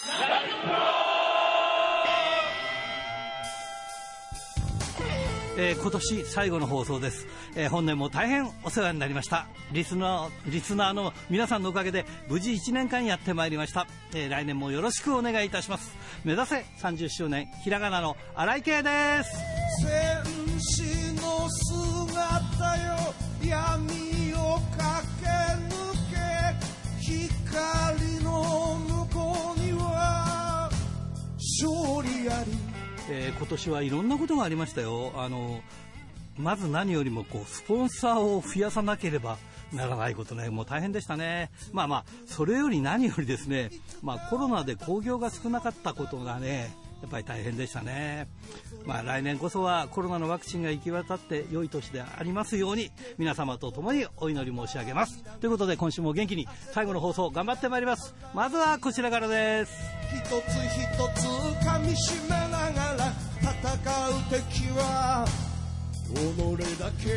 今年最後の放送です。本年も大変お世話になりました。リスナーの皆さんのおかげで無事1年間やってまいりました。来年もよろしくお願いいたします。目指せ30周年、ひらがなの荒井圭です。 戦士の姿よ、闇を駆け抜け、光の向こうには勝利あり。 今年はいろんなことがありましたよ。まず何よりもスポンサーを増やさなければならないことね、もう大変でしたね。それより何よりですね、コロナで興行が少なかったことがね、やっぱり大変でしたね。来年こそはコロナのワクチンが行き渡って良い年でありますように、皆様と共にお祈り申し上げます。ということで今週も元気に最後の放送頑張ってまいります。まずはこちらからです。 一つ一つ噛みしめながら戦う敵は己だけ。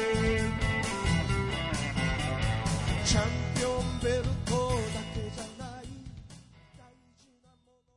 チャンピオンベルトだけじゃない大事な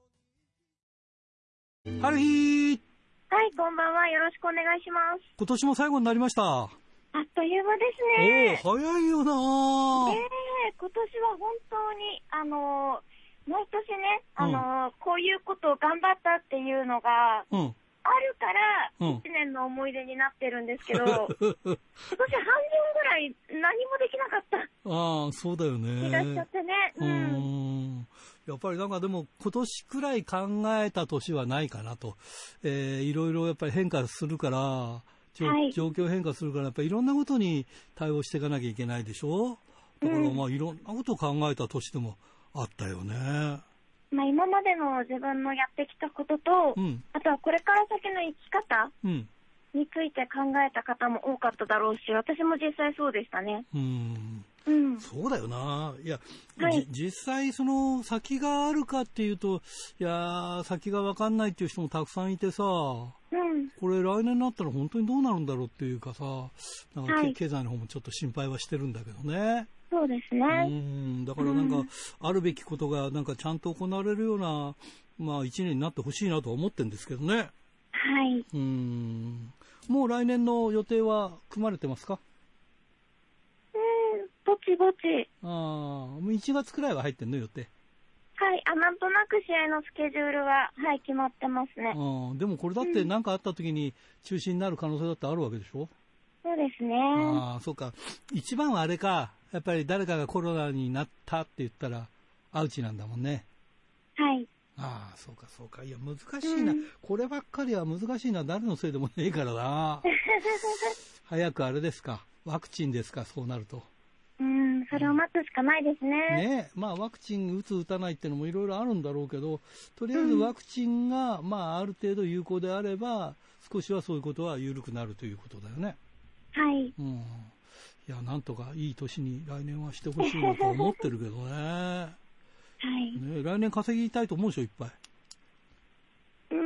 もの。 はるひー。 はい、こんばんは。よろしくお願いします。 今年も最後になりました。 あっという間ですね。 早いよなー。 今年は本当に毎年ね、こういうことを頑張ったっていうのがあるから1年の思い出になってるんですけど、今年半分ぐらい何もできなかった。 ああ、そうだよね。 いらっしゃってね。 やっぱりでも今年くらい考えた年はないかなと。いろいろやっぱり変化するから、状況変化するから、やっぱりいろんなことに対応していかなきゃいけないでしょ。だからいろんなことを考えた年でもあったよね。 今までの自分のやってきたことと、あとはこれから先の生き方について考えた方も多かっただろうし、私も実際そうでしたね。 そうだよな。いや、実際その先があるかっていうと、いや先が分かんないっていう人もたくさんいてさ、これ来年になったら本当にどうなるんだろうっていうかさ、経済の方もちょっと心配はしてるんだけどね。 そうですね。 だからあるべきことがちゃんと行われるような一年になってほしいなとは思ってるんですけどね。 はい。 もう来年の予定は組まれてますか？ ぼちぼち。 もう1月くらいは入ってんの予定？ はい。なんとなく試合のスケジュールは決まってますね。 でもこれだって何かあった時に中止になる可能性だってあるわけでしょ？ そうですね。 そうか。一番はあれか。やっぱり誰かがコロナになったって言ったらアウチなんだもんね。 はい。 そうかそうか。いや難しいな、こればっかりは難しいな。誰のせいでもねえからな。早くあれですか、ワクチンですか、そうなると。 それを待つしかないですね。 ワクチン打つ打たないっていうのもいろいろあるんだろうけど、とりあえずワクチンがある程度有効であれば少しはそういうことは緩くなるということだよね。 はい。 いや、なんとかいい年に来年はしてほしいなと思ってるけどね。 はい。 来年稼ぎたいと思うでしょ、いっぱい。 で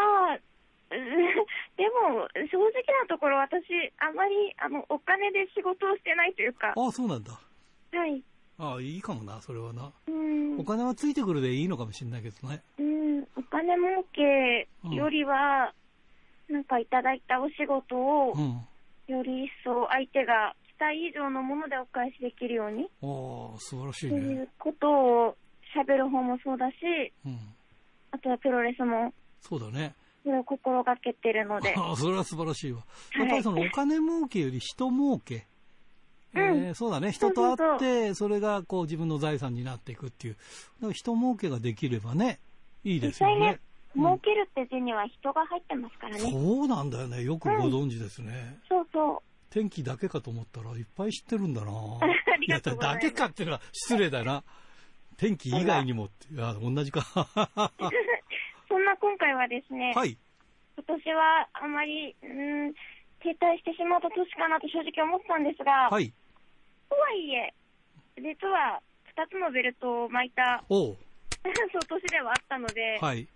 も正直なところ私あまりお金で仕事をしてないというか。 そうなんだ。 はい。 いいかもな、それはな。お金はついてくるでいいのかもしれないけどね。 お金儲けよりは、いただいたお仕事を、より一層相手が期待以上のものでお返しできるように。 素晴らしいね。 ということを喋る方もそうだし、あとはプロレスも。そうだね。それを心がけてるので。 それは素晴らしいわ。やっぱりそのお金儲けより人儲け。そうだね。人と会って、それが自分の財産になっていくっていう。だから人儲けができればね、いいですよね。 実際ね、儲けるって字には人が入ってますからね。 そうなんだよね。よくご存知ですね。 そうそう。 天気だけかと思ったらいっぱい知ってるんだな。 ありがとうございます。 だけかっていうのは失礼だよな。天気以外にもって。同じか。 そんな今回はですね、今年はあまり停滞してしまった年かなと正直思ってたんですが、とはいえ、実は2つのベルトを巻いたそう年ではあったので、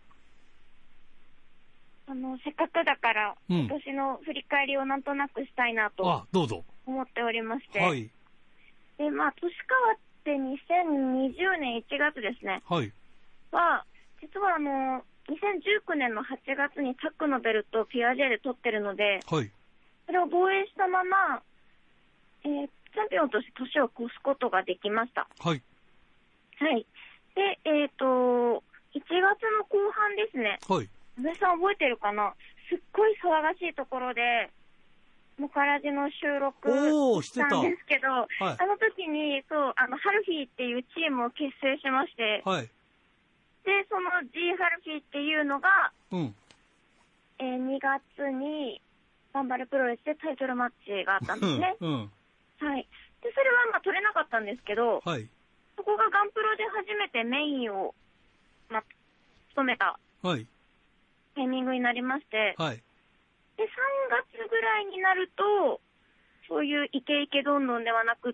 せっかくだから今年の振り返りをなんとなくしたいなと思っておりまして、で年変わって2020年1月ですね、は実は2019年の8月にタックのベルトを PRJ で取ってるので、 はい、 それを防衛したまま、チャンピオンとして年を越すことができました。 はい。 はい。で、1月の後半ですね。 はい。 安倍さん覚えてるかな？すっごい騒がしいところで、モカラジの収録したんですけど、はい、あの時に、ハルフィーっていうチームを結成しまして、 はい。 で、その G ハルフィーっていうのが、 うん。 2月に、頑張るプロレスでタイトルマッチがあったんですね。 うん。 はい。で、それはまあ取れなかったんですけど、 はい。 そこがガンプロで初めてメインを、務めた、 はい。 タイミングになりまして、 はい。 で、3月ぐらいになると、そういうイケイケどんどんではなくって、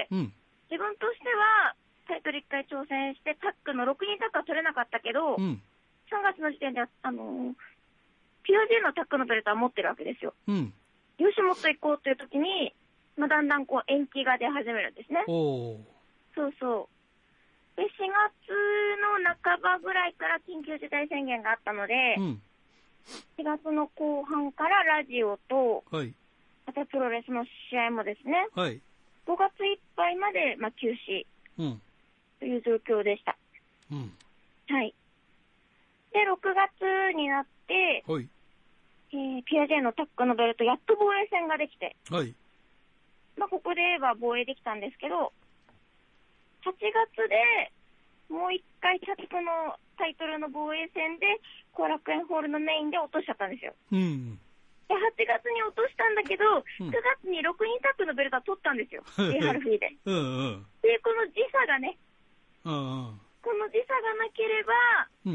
うん、 自分としてはタイトル1回挑戦して、タックの6人タックは取れなかったけど、 うん、 3月の時点では、POG のタックのベルトは持ってるわけですよ。 うん、 よし、もっと行こうという時に、だんだん延期が出始めるんですね。そうそう。で、4月の半ばぐらいから緊急事態宣言があったので、 うん、 4月の後半からラジオと、 はい、 またプロレスの試合もですね、 はい、 5月いっぱいまで、休止という状況でした。 うん、 はい。で、6月になって、 はい、 PRJ のタックのベルト、やっと防衛戦ができて、 はい、 ここでは防衛できたんですけど、8月でもう一回タックのタイトルの防衛戦で後楽園ホールのメインで落としちゃったんですよ。 うん、 で、8月に落としたんだけど、9月に6人タックのベルトは取ったんですよ。J ハルフィーで。 うんうん、 で、この時差がね、 うんうん、 この時差がなければ、 うん、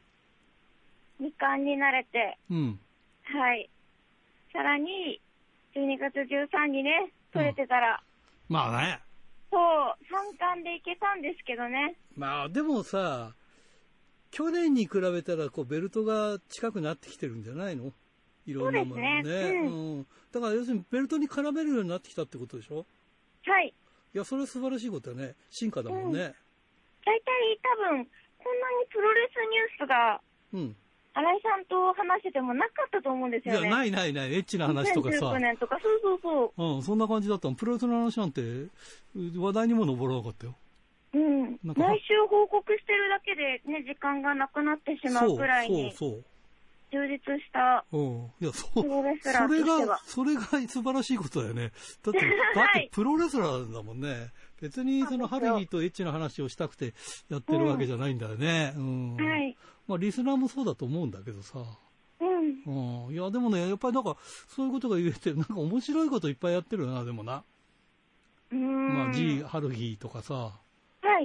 2冠になれて、 うん、 はい。さらに、12月13にね、取れてたら、 まあね。 そう、3冠でいけたんですけどね。 まあでもさ、去年に比べたらベルトが近くなってきてるんじゃないの？いろんなものね。 そうですね。うん。 だから要するにベルトに絡めるようになってきたってことでしょ？ はい。 いや、それは素晴らしいことだね。進化だもんね。 大体多分、こんなにプロレスニュースが、新井さんと話しててもなかったと思うんですよね。 いや、ない、エッチな話とかさ。 2019年とか、そう。 うん、そんな感じだったの。プロレスの話なんて、話題にも上らなかったよ。 うん。毎週報告してるだけでね、時間がなくなってしまうくらいに。そう。充実した。 うん。いや、 プロレスラーとしては。 それが素晴らしいことだよね。だってプロレスラーだもんね。別にそのハルヒーとエッチな話をしたくてやってるわけじゃないんだよね。 はい。 まあ、リスナーもそうだと思うんだけどさ。いや、でもね、やっぱりそういうことが言えて、面白いこといっぱいやってるな、でもな。まあ、G ハルヒーとかさ。 はい。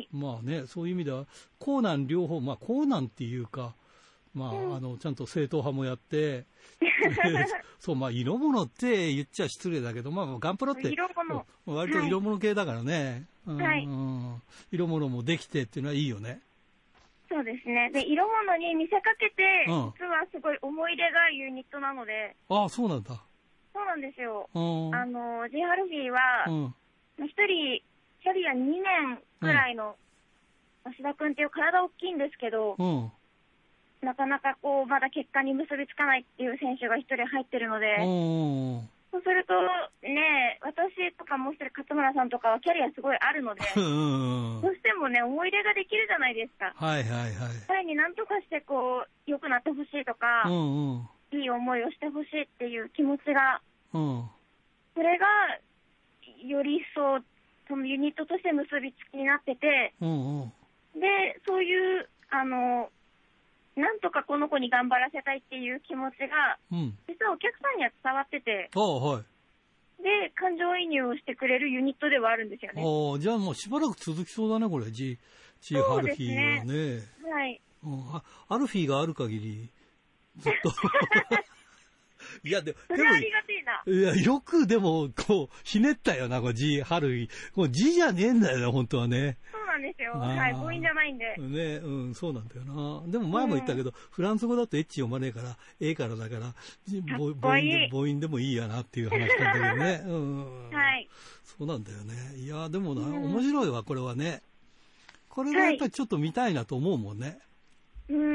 まあね、そういう意味では、コーナン両方、まあ、コーナンっていうか、まあ、ちゃんと正統派もやって、そう、まあ、色物って言っちゃ失礼だけど、まあ、ガンプロって、割と色物系だからね。はい。色物もできてっていうのはいいよね。 そうですね。で、色物に見せかけて、実はすごい思い入れがあるユニットなので。 ああ、そうなんだ。 そうなんですよ。J ハルフィーは、一人、キャリア2年くらいの、芦田くんっていう体大きいんですけど、なかなかまだ結果に結びつかないっていう選手が一人入ってるので、そうすると、ね、私とかもう一人勝村さんとかはキャリアすごいあるので、どうしてもね、思い入れができるじゃないですか。 はい。 彼に何とかして良くなってほしいとか、いい思いをしてほしいっていう気持ちが、それが、より一層、そのユニットとして結びつきになってて、で、そういう、なんとかこの子に頑張らせたいっていう気持ちが、実はお客さんには伝わってて、で、感情移入をしてくれるユニットではあるんですよね。 じゃあもうしばらく続きそうだね、これ、G ハルフィーはね。 はい。 アルフィーがある限り、ずっと。いや、でも、 ありがてえな。 いや、よくでも、ひねったよな、G ハルフィー。G じゃねえんだよな、本当はね。 そうなんですよ。はい、母音じゃないんで。 ね、そうなんだよな。でも前も言ったけど、フランス語だとエッチ読まねえから、からだから、母音でもいいやなっていう話なんだけどね。 はい。 そうなんだよね。いや、でもな、面白いわ、これはね。これがやっぱりちょっと見たいなと思うもんね。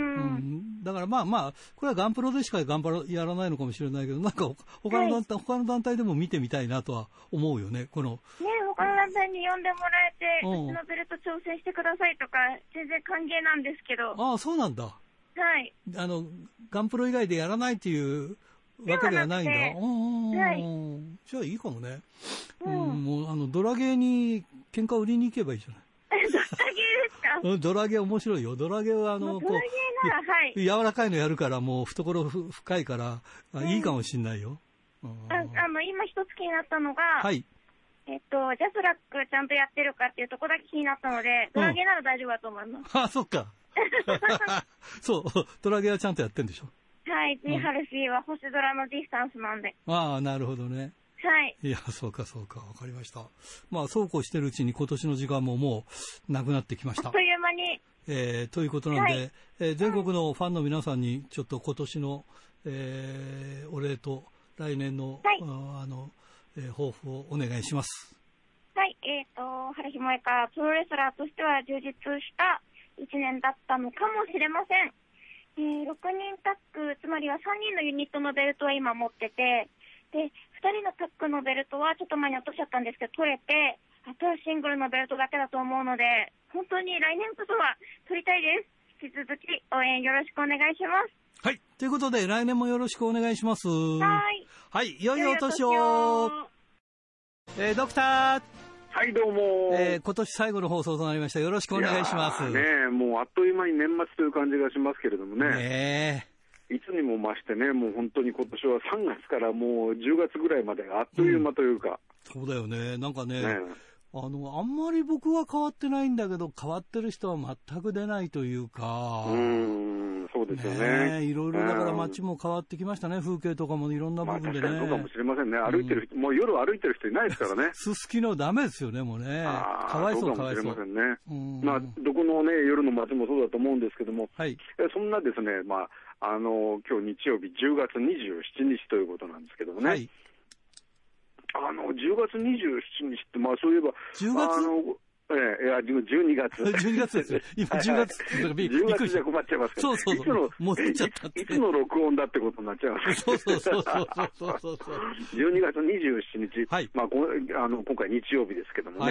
だからまあ、これはガンプロでしかガンプロやらないのかもしれないけど、なんか他の団体でも見てみたいなとは思うよね、この。 ね、他の団体に呼んでもらえて、うちのベルト挑戦してくださいとか、全然歓迎なんですけど。 ああ、そうなんだ。 はい。 ガンプロ以外でやらないっていうわけではないんだ。はい。じゃあいいかもね。もうドラゲーに喧嘩売りに行けばいいじゃない。 ドラゲーですか？ ドラゲー面白いよ。ドラゲーはドラゲーなら、はい。 柔らかいのやるからもう懐深いから、いいかもしんないよ。 今一つ気になったのが、 はい。 ジャスラックちゃんとやってるかっていうところだけ気になったので、ドラゲーなら大丈夫だと思います。 あ、そっか。そう、ドラゲーはちゃんとやってんでしょ。 はい、G ハルフィーは星ドラのディスタンスなんで。 ああ、なるほどね。 はい。 いや、そうか、わかりました。まあ、そうこうしてるうちに今年の時間ももうなくなってきました。 あっという間に。 ということなんで、全国のファンの皆さんにちょっと今年の、お礼と来年の、抱負をお願いします。 はい、春日萌香プロレスラーとしては充実した1年だったのかもしれません。6人タッグ、つまりは3人のユニットのベルトは今持ってて、で、2人のタッグのベルトはちょっと前に落としちゃったんですけど、取れて、あとはシングルのベルトだけだと思うので、本当に来年こそは取りたいです。引き続き応援よろしくお願いします。 はい。ということで、来年もよろしくお願いします。 はい。 良いお年を。ドクター。 はい、どうも。 今年最後の放送となりました。よろしくお願いします。 もうあっという間に年末という感じがしますけれどもね。 ねえ。いつにも増してね、もう本当に今年は3月からもう10月ぐらいまであっという間というか。 そうだよね。なんかね、あんまり僕は変わってないんだけど、変わってる人は全く出ないというか。 そうですよね。 いろいろだから街も変わってきましたね。風景とかもいろんな部分でね。 確かにそうかもしれませんね。歩いてる人、もう夜歩いてる人いないですからね。 すすきのダメですよね、もうね。かわいそう、かわいそう。 そうかもしれませんね。まあ、どこのね、夜の街もそうだと思うんですけども、そんなですね、まあ、今日日曜日10月27日ということなんですけどもね。10月27日って、まあそういえば、 10月 12月。 12月ですよ。今10月。 10月じゃ困っちゃいますけど。 そう。戻っちゃったって。 いつの録音だってことになっちゃいます。 そう。 12月27日。はい。まあ、今回日曜日ですけどもね。はい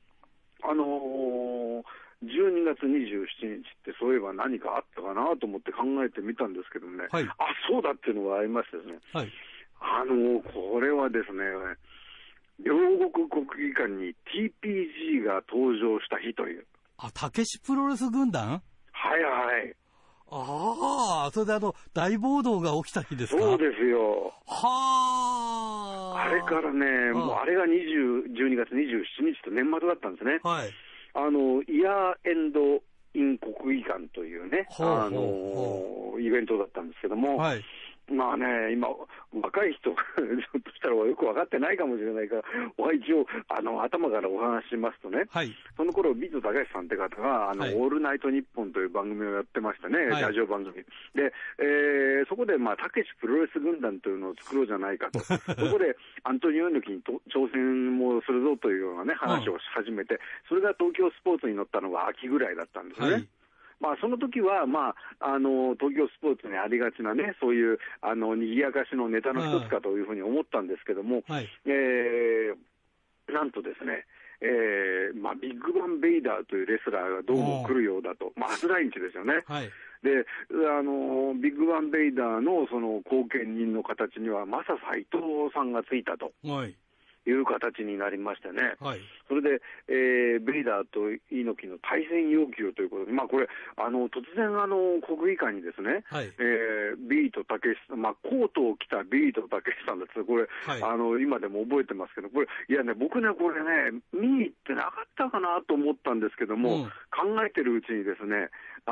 。12月27日ってそういえば何かあったかなと思って考えてみたんですけどね。はい。あ、そうだっていうのがありましてですね。はい。これはですね、両国国技館に TPG が登場した日という。 あ、たけしプロレス軍団？ はいはい。 ああ、それで大暴動が起きた日ですか？ そうですよ。 はあ。 あれからね、もうあれが12月27日と年末だったんですね。はい。イヤーエンドイン国技館というね、イベントだったんですけども、はい。まあね、今、若い人、ひょっとしたらよく分かってないかもしれないから、一応、頭からお話ししますとね、はい、その頃、ビートたけしさんって方が、オールナイトニッポンという番組をやってましたね、ラジオ番組。で、そこで、まあ、たけしプロレス軍団というのを作ろうじゃないかと。そこで、アントニオ猪木に挑戦もするぞというようなね、話をし始めて、それが東京スポーツに乗ったのが秋ぐらいだったんですね。はい。まあ、その時は、まあ、東京スポーツにありがちなね、そういう、賑やかしのネタの一つかというふうに思ったんですけども、はい、なんとですね、まあ、ビッグバン・ベイダーというレスラーがどうも来るようだと、まあ、初来日ですよね。はい、で、ビッグバン・ベイダーのその後見人の形には、マサ斎藤さんがついたと。はい、いう形になりましてね、はい、それで、ベイダーと猪木の対戦要求ということで、まあ、これ突然国技館にですね、はい、ビートたけしさん、まあ、コートを着たビートたけしさんだって、これ、はい、今でも覚えてますけど、これ、いやね、僕ね、これね、見に行ってなかったかなと思ったんですけども、考えてるうちにですね、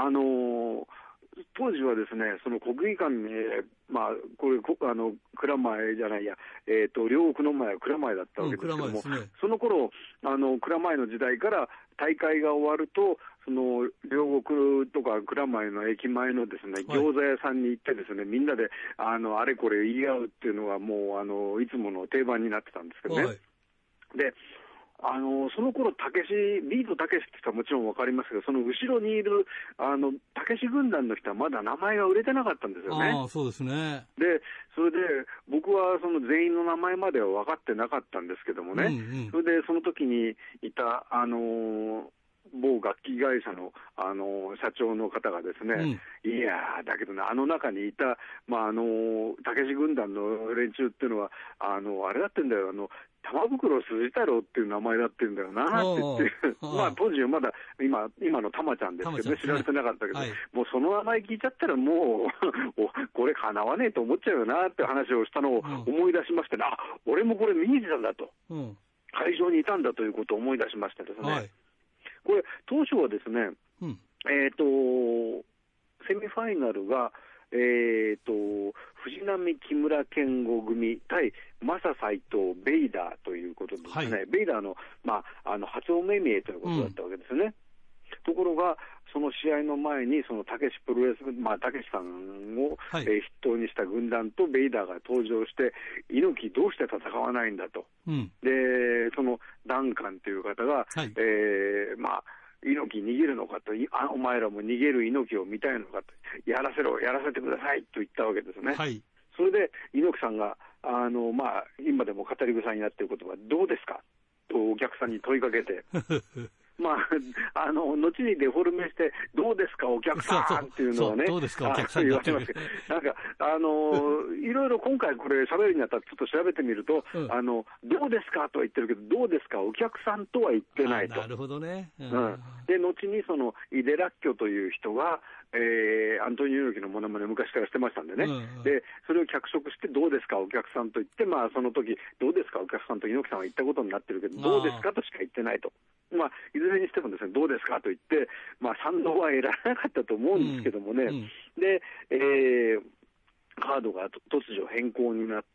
当時はですね、その国技館に、まあ、これ、蔵前じゃないや、両国の前は蔵前だったわけですけども、ね、その頃、蔵前の時代から大会が終わると、その、両国とか蔵前の駅前のですね、餃子屋さんに行ってですね、みんなで、あれこれ言い合うっていうのがもう、いつもの定番になってたんですけどね。はい、で、 その頃ビートたけしって人はもちろん分かりますけど、その後ろにいるたけし軍団の人はまだ名前が売れてなかったんですよね。 そうですね。 でそれで僕はその全員の名前までは分かってなかったんですけどもね、それでその時にいた某楽器会社の、社長の方がですね、いやだけどね、中にいた、たけし軍団の連中っていうのは、あれだってんだよ、玉袋筋太郎っていう名前だってんだよなって言って、当時はまだ今の玉ちゃんですけどね、知られてなかったけど、もうその名前聞いちゃったら、もう、これかなわねえと思っちゃうよなって話をしたのを思い出しましてね、俺もこれ見に行ってたんだと、会場にいたんだということを思い出しましてですね。これ当初はですね、セミファイナルが、藤波木村健吾組対マサ斎藤ベイダーということでですね、ベイダーの、初お目見えということだったわけですね。ところがその試合の前にそのたけしプロレス、たけしさんを、筆頭にした軍団とベイダーが登場して、猪木どうして戦わないんだと、でそのダンカンという方が、猪木逃げるのかと、お前らも逃げる猪木を見たいのかと、やらせてくださいと言ったわけですね。それで猪木さんが今でも語り草になっている言葉、どうですかとお客さんに問いかけて後にデフォルメして、どうですかお客さんっていうのはね、 どうですかお客さん言われますけど、なんかいろいろ今回これ喋るにあたってちょっと調べてみると、どうですかとは言ってるけど、どうですかお客さんとは言ってないと。 なるほどね。 で後にその井出らっきょという人が、アントニオ猪木のモノマネ昔からしてましたんでね、でそれを脚色して、どうですかお客さんと言って、その時どうですかお客さんと猪木さんは言ったことになってるけど、どうですかとしか言ってないと。いずれにしてもですね、どうですかと言って、賛同は得られなかったと思うんですけどもね、で、カードが突如変更になって、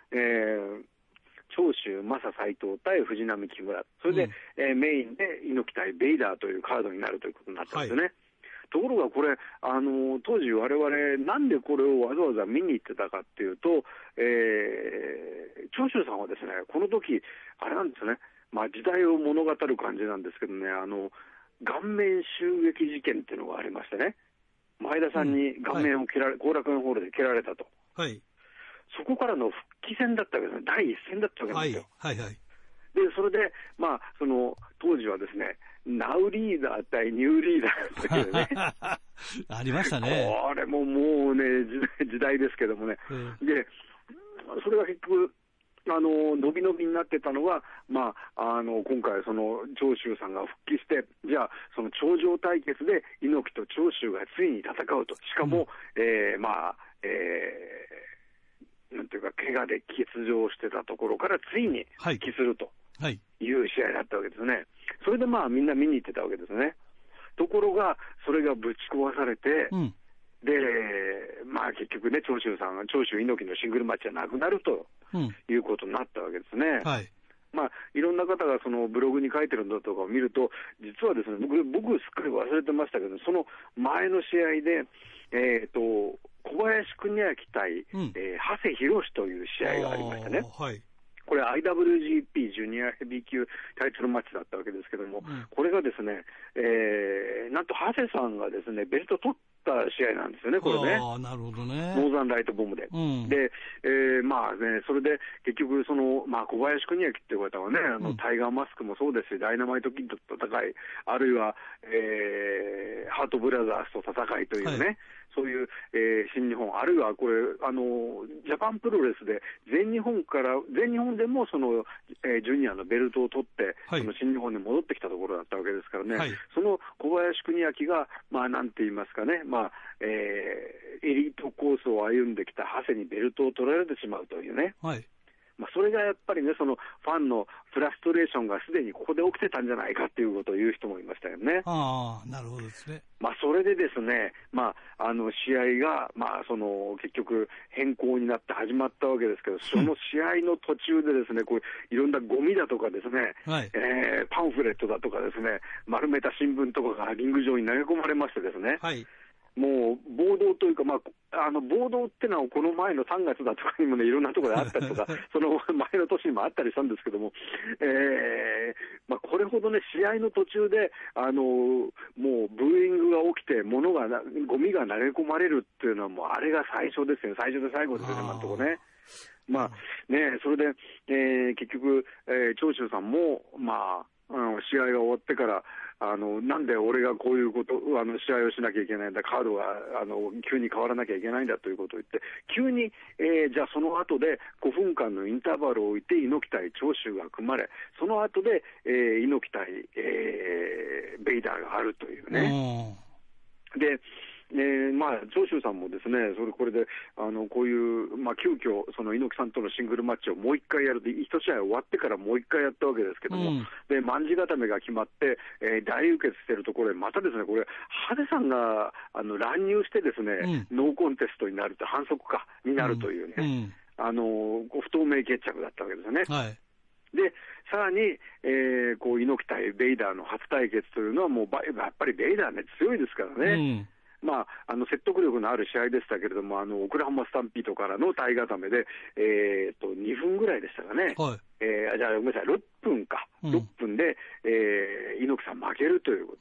長州マサ斎藤対藤波木村、それで、メインで猪木対ベイダーというカードになるということになったんですよね。ところがこれ、当時我々なんでこれをわざわざ見に行ってたかっていうと、長州さんはですね、この時あれなんですね、時代を物語る感じなんですけどね、顔面襲撃事件っていうのがありましてね、前田さんに顔面を後楽園ホールで蹴られたと、そこからの復帰戦だったわけですね、第一戦だったわけですよ。でそれで、その当時はですね、ナウリーダー対ニューリーダーというねありましたね。 これももうね時代ですけどもね、でそれが結局伸び伸びになってたのが、今回その長州さんが復帰して、じゃあその頂上対決で猪木と長州がついに戦うと、しかも、なんていうか怪我で欠場してたところからついに復帰するという試合だったわけですね。それでみんな見に行ってたわけですね。ところがそれがぶち壊されて、で結局ね、長州猪木のシングルマッチはなくなるということになったわけですね。いろんな方がそのブログに書いてるんだとかを見ると、実はですね、僕すっかり忘れてましたけど、その前の試合で、小林邦明対、長谷博という試合がありましたね。これ IWGP ジュニアヘビー級タイトルマッチだったわけですけども、これがですね、なんと長谷さんがですねベルト取った試合なんですよね、これね。 なるほどね。 ノーザンライトボムで。で、それで結局その、小林邦明っていう方はね、タイガーマスクもそうですし、ダイナマイトキッドと戦い、あるいは、ハートブラザーズと戦いというね、そういう、新日本、あるいはこれジャパンプロレスで全日本でもその、ジュニアのベルトを取って、その新日本に戻ってきたところだったわけですからね、その小林邦明がなんて言いますかね、エリートコースを歩んできた長谷にベルトを取られてしまうというね。それがやっぱりね、そのファンのフラストレーションがすでにここで起きてたんじゃないかっていうことを言う人もいましたよね。 なるほどですね。 それでですね、試合が、その結局変更になって始まったわけですけど、その試合の途中でですね、こういろんなゴミだとかですね、パンフレットだとかですね、丸めた新聞とかがリング上に投げ込まれましてですね、 もう暴動というか、暴動ってのはこの前の3月だとかにもね、いろんなところであったりとか、その前の年にもあったりしたんですけども、これほどね、試合の途中で、もうブーイングが起きて、ゴミが投げ込まれるっていうのは、もうあれが最初ですよね、最初で最後ですよね、今のところね。それで、結局、長州さんも、試合が終わってから、なんで俺がこういうこと、試合をしなきゃいけないんだ、カードが急に変わらなきゃいけないんだということを言って、急に、じゃあその後で5分間のインターバルを置いて、猪木対長州が組まれ、その後で、猪木対、ベイダーがあるというね。で長州さんもですね、これでこういう、急遽その猪木さんとのシングルマッチをもう一回やると、一試合終わってからもう一回やったわけですけども、で卍固めが決まって、大輸血しているところで、またですね、これ、ハデさんが乱入してですね、ノーコンテストになると、反則になるというね、不透明決着だったわけですよね。でさらに、猪木対ベイダーの初対決というのは、もうやっぱりベイダーね、強いですからね。説得力のある試合でしたけれども、オクラホマスタンピードからの体固めで、2分ぐらいでしたかね、ごめんなさい、6分6分で、猪木さん負けるということ。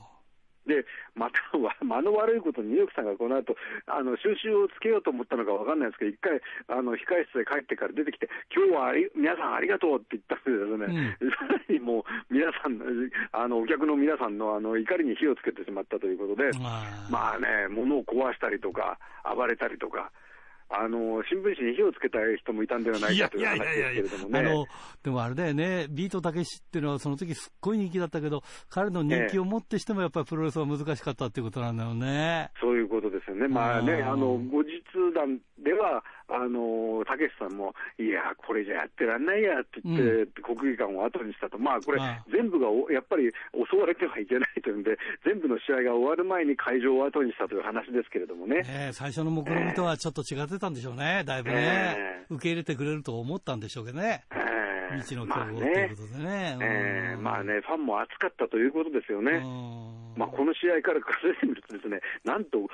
で、また間の悪いことに猪木さんがこの後収集をつけようと思ったのか分かんないですけど、一回控室で帰ってから出てきて、今日は皆さんありがとうって言ったんでですね、さらにもう皆さんお客の皆さんの怒りに火をつけてしまったということで、物を壊したりとか暴れたりとか。新聞紙に火をつけた人もいたんではないかという話ですけれどもね。 でもあれだよね、ビートたけしっていうのはその時すっごい人気だったけど、彼の人気をもってしてもやっぱりプロレスは難しかったっていうことなんだよね。 そういうことですよね。後日談ではたけしさんも、いやこれじゃやってらんないやって言って、国技館を後にしたと。これ全部がやっぱり襲われてはいけないというんで、全部の試合が終わる前に会場を後にしたという話ですけれどもね。 最初の目論見とはちょっと違ってたんでしょうね、だいぶね。受け入れてくれると思ったんでしょうけどね。未知の競合ということでね。ファンも熱かったということですよね。この試合から数えてみるとですね、なんと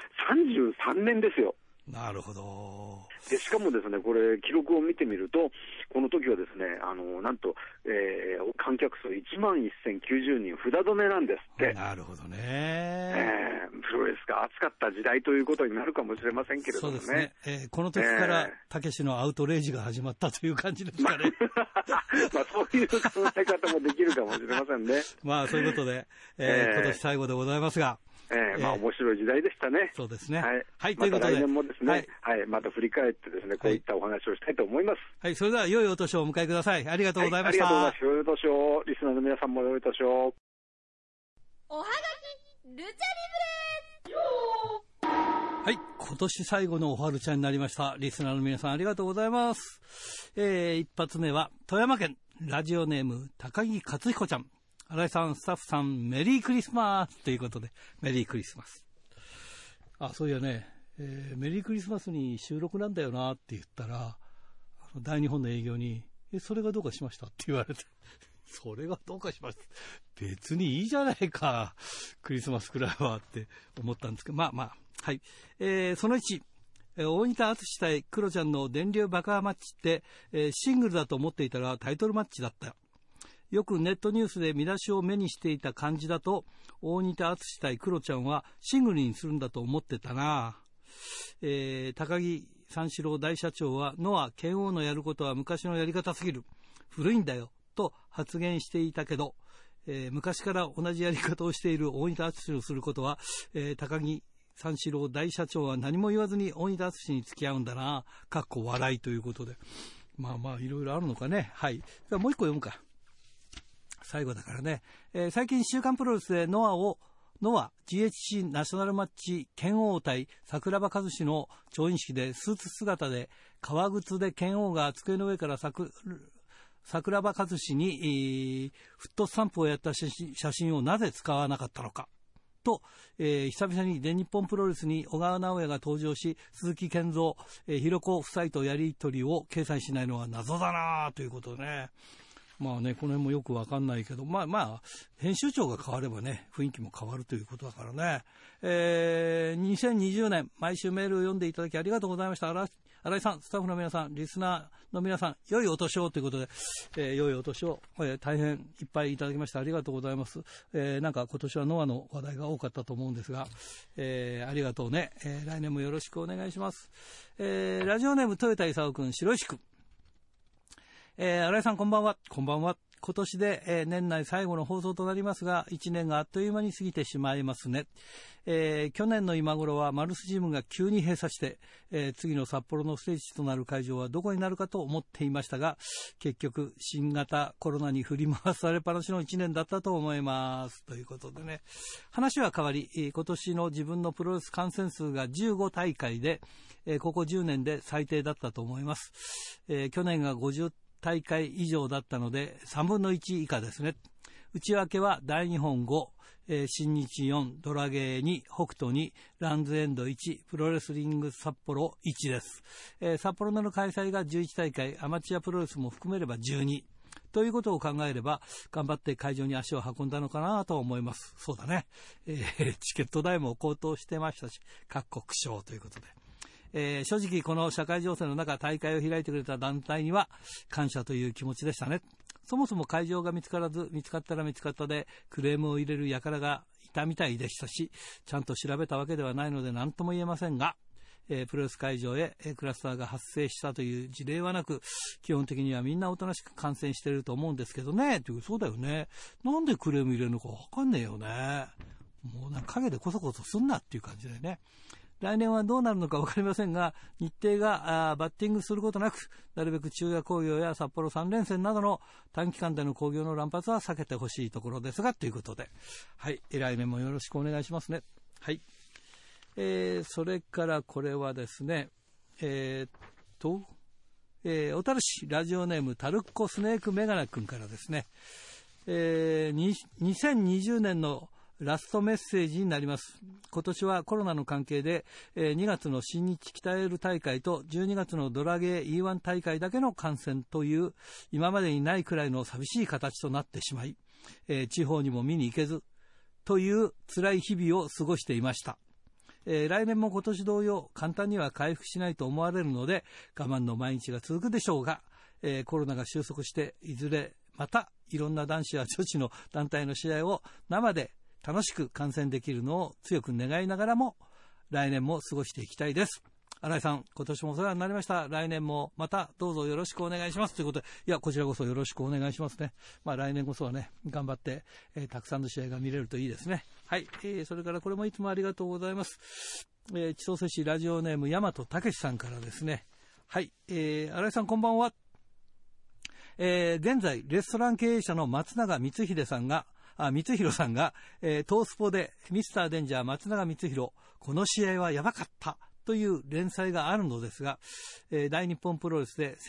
33年ですよ。 なるほど。 でしかもですね、これ記録を見てみると、この時はですね、なんと、観客数11,090人札止めなんですって。 なるほどね。 プロレスが熱かった時代ということになるかもしれませんけれどもね。 そうですね。この時からたけしのアウトレイジが始まったという感じですかね。 そういう考え方もできるかもしれませんね。 そういうことで、今年最後でございますが。 面白い時代でしたね。 そうですね。 はい、ということで。来年もですね、また振り返ってですね、こういったお話をしたいと思います。 はい、それでは良いお年をお迎えください。ありがとうございました。 ありがとうございます。良いお年を、リスナーの皆さんも良いお年を。 おはがき、ルチャリブレはい、今年最後のおはるちゃんになりました。リスナーの皆さんありがとうございます。一発目は富山県ラジオネーム高木克彦ちゃん。新井さん、スタッフさん、メリークリスマスということで、メリークリスマス。そういやね、メリークリスマスに収録なんだよなって言ったら、大日本の営業に、それがどうかしましたって言われて、それがどうかしました。別にいいじゃないか、クリスマスくらいはって思ったんですけど、はい。その1、大仁田敦対クロちゃんの電流爆破マッチって、シングルだと思っていたらタイトルマッチだった。よくネットニュースで見出しを目にしていた感じだと、大仁田敦対クロちゃんはシングルにするんだと思ってたな。高木三四郎大社長は、ノア剣王のやることは昔のやり方すぎる、古いんだよと発言していたけど、昔から同じやり方をしている大仁田敦をすることは、高木三四郎大社長は何も言わずに大仁田敦に付き合うんだな、かっこ笑いということで、いろいろあるのかね。はい。じゃあもう一個読むか。最後だからね。最近週刊プロレスでノア GHC ナショナルマッチ剣王対桜庭和志の調印式でスーツ姿で革靴で剣王が机の上から桜庭和志に、フットスタンプをやった写真をなぜ使わなかったのかと、久々に全日本プロレスに小川直也が登場し、鈴木健三、ひろこ夫妻とやり取りを掲載しないのは謎だなということでね。 まあね、この辺もよくわかんないけど、まあ、編集長が変わればね、雰囲気も変わるということだからね。2020年、毎週メールを読んでいただきありがとうございました。新井さん、スタッフの皆さん、リスナーの皆さん、良いお年をということで、良いお年を、大変いっぱいいただきましてありがとうございます。なんか今年はノアの話題が多かったと思うんですが、ありがとうね。来年もよろしくお願いします。ラジオネーム豊田勲君、白石区。新井さんこんばんは。こんばんは。今年で、年内最後の放送となりますが、1年があっという間に過ぎてしまいますね。去年の今頃はマルスジムが急に閉鎖して、次の札幌のステージとなる会場はどこになるかと思っていましたが、結局新型コロナに振り回されっぱなしの1年だったと思います。ということでね、話は変わり、今年の自分のプロレス観戦数が15大会で、ここ10年で最低だったと思います。去年が50大会以上だったので3分の1以下ですね。内訳は大日本5、新日4、ドラゲー2、北斗2、ランズエンド1、プロレスリング札幌1です。札幌での開催が11大会、アマチュアプロレスも含めれば12ということを考えれば頑張って会場に足を運んだのかなと思います。そうだね、チケット代も高騰してましたし、各国賞ということで、正直この社会情勢の中大会を開いてくれた団体には感謝という気持ちでしたね。そもそも会場が見つからず、見つかったら見つかったでクレームを入れる輩がいたみたいでしたし、ちゃんと調べたわけではないので何とも言えませんが、プロレス会場へクラスターが発生したという事例はなく、基本的にはみんなおとなしく観戦していると思うんですけどね。そうだよね。なんでクレーム入れるのかわかんねえよね。もうなんか陰でコソコソすんなっていう感じでね。来年はどうなるのか分かりませんが、日程がバッティングすることなく、なるべく中夜興行や札幌3連戦などの短期間での興行の乱発は避けてほしいところですが、ということで、はい、来年もよろしくお願いしますね。はい。それからこれはですね、小樽市ラジオネームタルッコスネークメガネ君からですね、2020年のラストメッセージになります。今年はコロナの関係で、2月の新日北エール大会と12月のドラゲー E1 大会だけの観戦という今までにないくらいの寂しい形となってしまい、地方にも見に行けずという辛い日々を過ごしていました。来年も今年同様簡単には回復しないと思われるので我慢の毎日が続くでしょうが、コロナが収束していずれまたいろんな男子や女子の団体の試合を生で楽しく観戦できるのを強く願いながらも来年も過ごしていきたいです。新井さん、今年もお世話になりました。来年もまたどうぞよろしくお願いしますということで、いやこちらこそよろしくお願いしますね。来年こそはね頑張って、たくさんの試合が見れるといいですね。はい、それからこれもいつもありがとうございます。千歳市ラジオネーム大和武さんからですね。はい、新井さんこんばんは。現在レストラン経営者の松永光弘さんがトースポでミスターデンジャー松永光弘この試合はやばかったという連載があるのですが、大日本プロレスで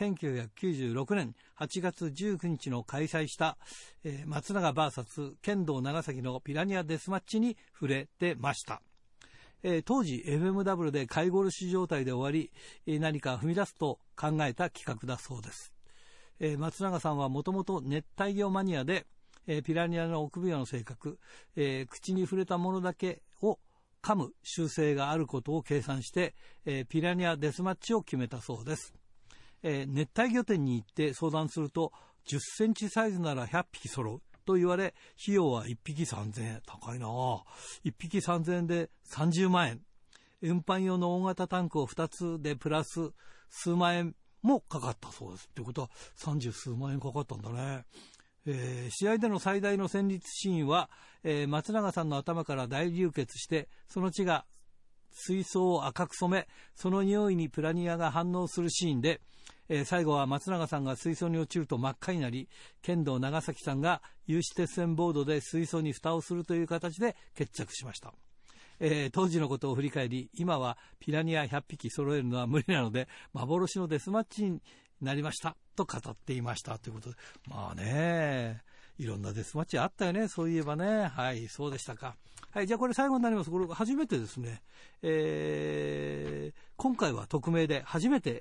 1996年8月19日の開催した、松永 VS 剣道長崎のピラニアデスマッチに触れてました。当時 FMW で買い殺し状態で終わり、何か踏み出すと考えた企画だそうです。松永さんはもともと熱帯魚マニアで、ピラニアの臆病の性格、口に触れたものだけを噛む習性があることを計算して、ピラニアデスマッチを決めたそうです。熱帯魚店に行って相談すると10センチサイズなら100匹揃うと言われ、費用は1匹3000円。高いなぁ。1匹3000円で30万円。運搬用の大型タンクを2つでプラス数万円もかかったそうです。ということは30数万円かかったんだね。試合での最大の戦慄シーンは、松永さんの頭から大流血してその血が水槽を赤く染め、その匂いにピラニアが反応するシーンで、最後は松永さんが水槽に落ちると真っ赤になり、剣道長崎さんが有刺鉄線ボードで水槽に蓋をするという形で決着しました。当時のことを振り返り、今はピラニア100匹揃えるのは無理なので幻のデスマッチになりましたと語っていましたということで、まあね、いろんなデスマッチあったよね、そういえばね。はい、そうでしたか。はい、じゃあこれ最後になります。これ初めてですね、今回は匿名で初めて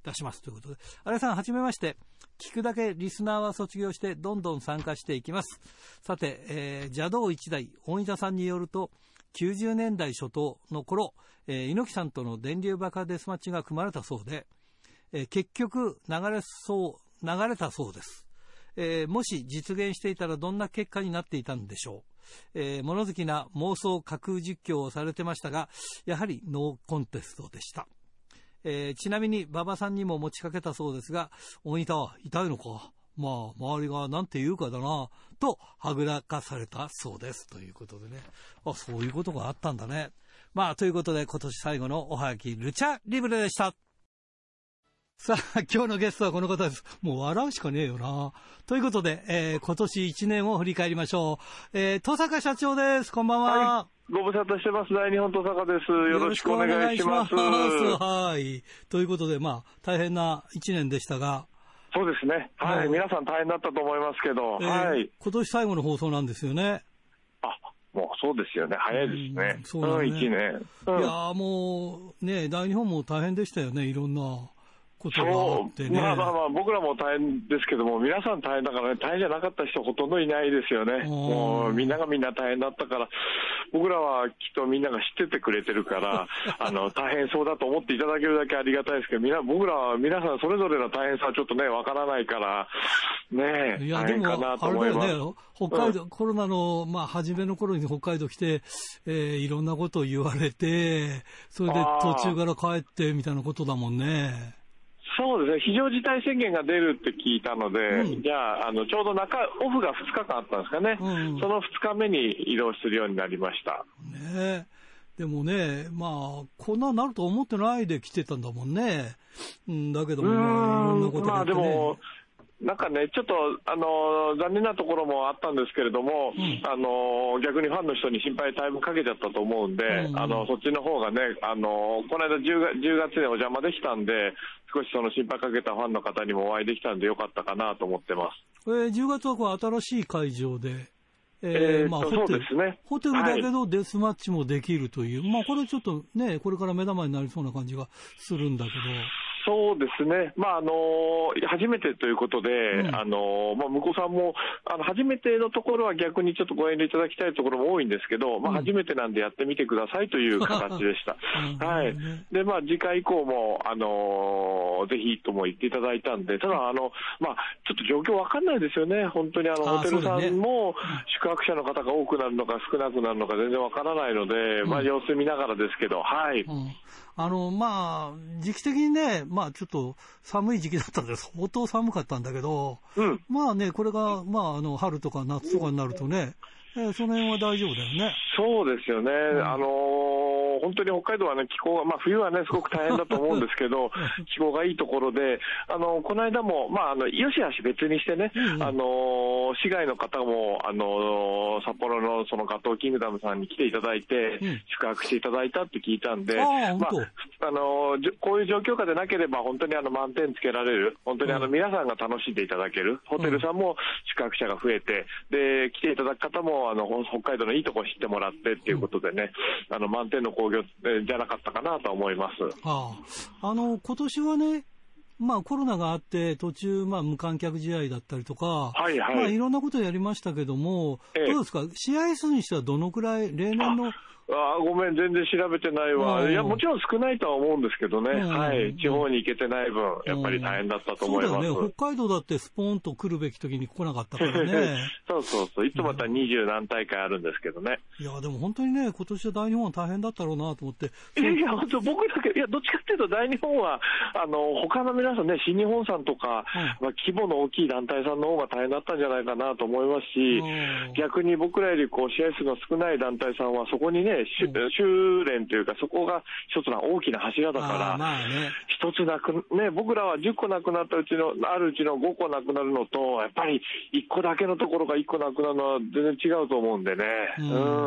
出しますということで、新井さんはじめまして。聞くだけリスナーは卒業してどんどん参加していきます。さて、邪道一代大仁田さんによると、90年代初頭の頃、猪木さんとの電流爆破デスマッチが組まれたそうで、結局流れたそうです。もし実現していたらどんな結果になっていたんでしょう。物好きな妄想架空実況をされてましたが、やはりノーコンテストでした。ちなみに馬場さんにも持ちかけたそうですが、大仁田痛いのか、まあ周りがなんて言うかだなとはぐらかされたそうですということでね、そういうことがあったんだね。まあということで、今年最後のおはがきルチャリブレでした。さあ今日のゲストはこの方です。もう笑うしかねえよな。ということで、今年1年を振り返りましょう。登坂社長です。こんばんは。 はい、ご無沙汰してます。大日本登坂です。よろしくお願いします。 はい。ということで、まあ大変な1年でしたが。 そうですね。はい。皆さん大変だったと思いますけど、はい。 今年最後の放送なんですよね。 もうそうですよね。早いですね。そうだね。1年。 いやもうね、大日本も大変でしたよね。いろんなことがあってね。 僕らも大変ですけども、皆さん大変だからね、大変じゃなかった人ほとんどいないですよね。もうみんながみんな大変だったから、僕らはきっとみんなが知っててくれてるから大変そうだと思っていただけるだけありがたいですけど、僕らは皆さんそれぞれの大変さはちょっとねわからないからね、 いや大変かなと思います。 でもあれだよね、北海道、コロナの初めの頃に北海道来て、いろんなことを言われて、それで途中から帰ってみたいなことだもんね。 そうですね、非常事態宣言が出るって聞いたので、じゃあ、ちょうどオフが2日間あったんですかね、その2日目に移動するようになりました。 ね、でもね、こんなになると思ってないで来てたんだもんね。だけども、いろんなことがあってね。 でもなんかね、ちょっと残念なところもあったんですけれども、逆にファンの人に心配タイムかけちゃったと思うんで、そっちの方がね、この間10月にお邪魔できたんで、少しその心配かけたファンの方にもお会いできたんでよかったかなと思ってます。 10月はこう新しい会場で、 そうですね、 ホテルだけどデスマッチもできるという、これちょっとね、これから目玉になりそうな感じがするんだけど。 そうですね、初めてということで、向こうさんも初めてのところは逆にちょっとご遠慮いただきたいところも多いんですけど、初めてなんでやってみてくださいという形でした。はい。で、次回以降もぜひとも言っていただいたんで、ただちょっと状況わかんないですよね。本当にホテルさんも宿泊者の方が多くなるのか少なくなるのか全然わからないので、様子見ながらですけど、はい。 時期的にね、ちょっと寒い時期だったんで相当寒かったんだけど、これが、春とか夏とかになるとね、その辺は大丈夫だよね。 そうですよね。本当に北海道はね、気候が、冬はね、すごく大変だと思うんですけど、気候がいいところで、この間も、よしあし別にしてね、市外の方も、札幌のそのガトーキングダムさんに来ていただいて、宿泊していただいたって聞いたんで、こういう状況下でなければ、本当に満点つけられる、本当に皆さんが楽しんでいただける、ホテルさんも宿泊者が増えて、で、来ていただく方も、北海道のいいところ知ってもらってっていうことでね、満点の興行じゃなかったかなと思います。 今年はね、コロナがあって途中無観客試合だったりとか、いろんなことをやりましたけども、どうですか、試合数にしてはどのくらい例年のごめん、全然調べてないわ。いや、もちろん少ないとは思うんですけどね。はい。地方に行けてない分、やっぱり大変だったと思います。 そうだよね。北海道だってスポーンと来るべき時に来なかったからね。 そう。いつもまた20何大会あるんですけどね。 いや、でも本当にね、今年は大日本は大変だったろうなと思って。 いや、本当僕だけ、どっちかっていうと大日本は、他の皆さんね、新日本さんとか、規模の大きい団体さんの方が大変だったんじゃないかなと思いますし、逆に僕らより試合数が少ない団体さんはそこにね、修練というか、そこが一つの大きな柱だから、一つ僕らは10個なくなったうちの、あるうちの5個なくなるのと、やっぱり1個だけのところが1個なくなるのは全然違うと思うんでね。大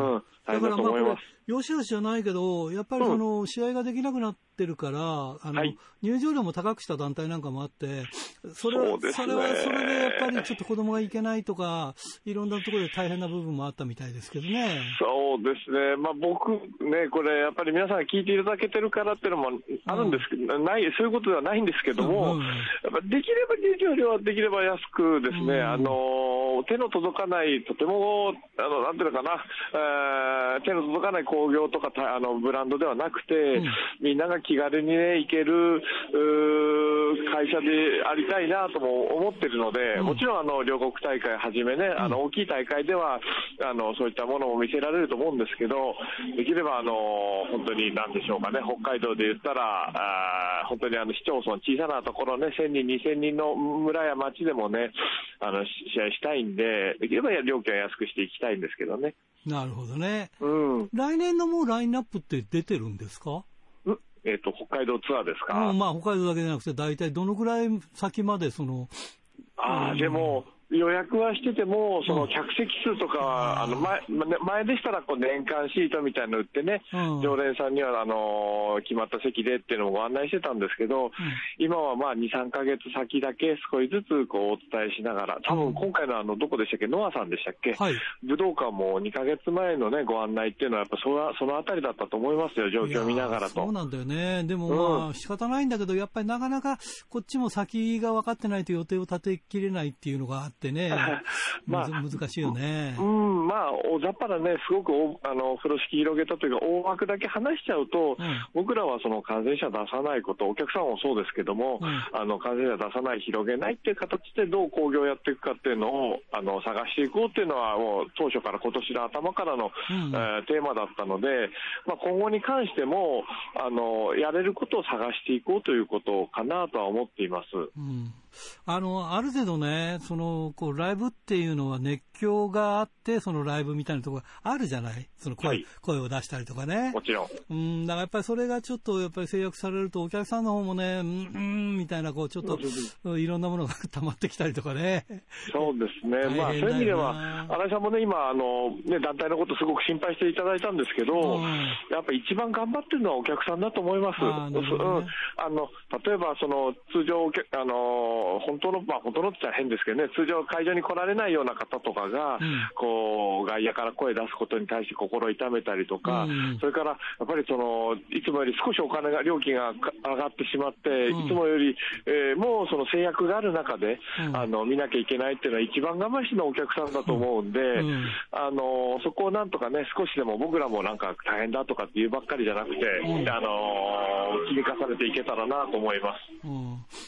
大変だと思います。 よしあしじゃないけど、やっぱり試合ができなくなってるから、入場料も高くした団体なんかもあって、それでやっぱりちょっと子供が行けないとか、いろんなところで大変な部分もあったみたいですけどね。 そうですね。僕ね、これやっぱり皆さんが聞いていただけてるからっていうのもあるんですけど、そういうことではないんですけども、やっぱできれば入場料はできれば安くですね、手の届かない、とても、なんていうのかな、手の届かない工業とかブランドではなくて、みんなが気軽にね、行ける会社でありたいなとも思ってるので、もちろん両国大会はじめね、大きい大会ではそういったものも見せられると思うんですけど、できれば本当に何でしょうかね、北海道で言ったら本当に市町村小さなところね、1000人2000人の村や町でもね、試合したいんで、できれば料金は安くしていきたいんですけどね。 なるほどね。来年のもうラインナップって出てるんですか？ 北海道ツアーですか？ 北海道だけじゃなくて、大体どのくらい先まででも、予約はしてても、客席数とか、前でしたら年間シートみたいなの売ってね、常連さんには決まった席でっていうのをご案内してたんですけど、今は2、3ヶ月先だけ少しずつお伝えしながら、多分今回のどこでしたっけ、ノアさんでしたっけ、武道館も2ヶ月前のね、ご案内っていうのは、やっぱそのあたりだったと思いますよ、状況を見ながらと。 そうなんだよね。でも仕方ないんだけど、やっぱりなかなかこっちも先が分かってないと予定を立てきれないっていうのがあって、難しいよね。 大雑把なね、すごく風呂敷広げたというか、大枠だけ話しちゃうと、僕らは感染者出さないこと、お客さんもそうですけども、感染者出さない、広げないっていう形でどう興行やっていくかっていうのを探していこうっていうのは、もう当初から今年の頭からの、テーマだったので、今後に関してもやれることを探していこうということかなとは思っています。 ある程度ね、ライブっていうのは熱狂があって、ライブみたいなところがあるじゃない、声を出したりとかね。 もちろん。だからやっぱりそれがちょっとやっぱり制約されると、お客さんの方もね、みたいな、ちょっと、いろんなものが溜まってきたりとかね。 そうですね。そういう意味では、新井さんもね、今、団体のことすごく心配していただいたんですけど、やっぱり一番頑張ってるのはお客さんだと思います。例えば、通常、本当のって言ったら変ですけどね、通常会場に来られないような方とかが、外野から声出すことに対して心痛めたりとか、それからやっぱりいつもより少し料金が上がってしまって、いつもより、もう制約がある中で、見なきゃいけないっていうのは一番我慢しのお客さんだと思うんで、そこをなんとかね、少しでも僕らもなんか大変だとかっていうばっかりじゃなくて、積み重ねていけたらなと思います。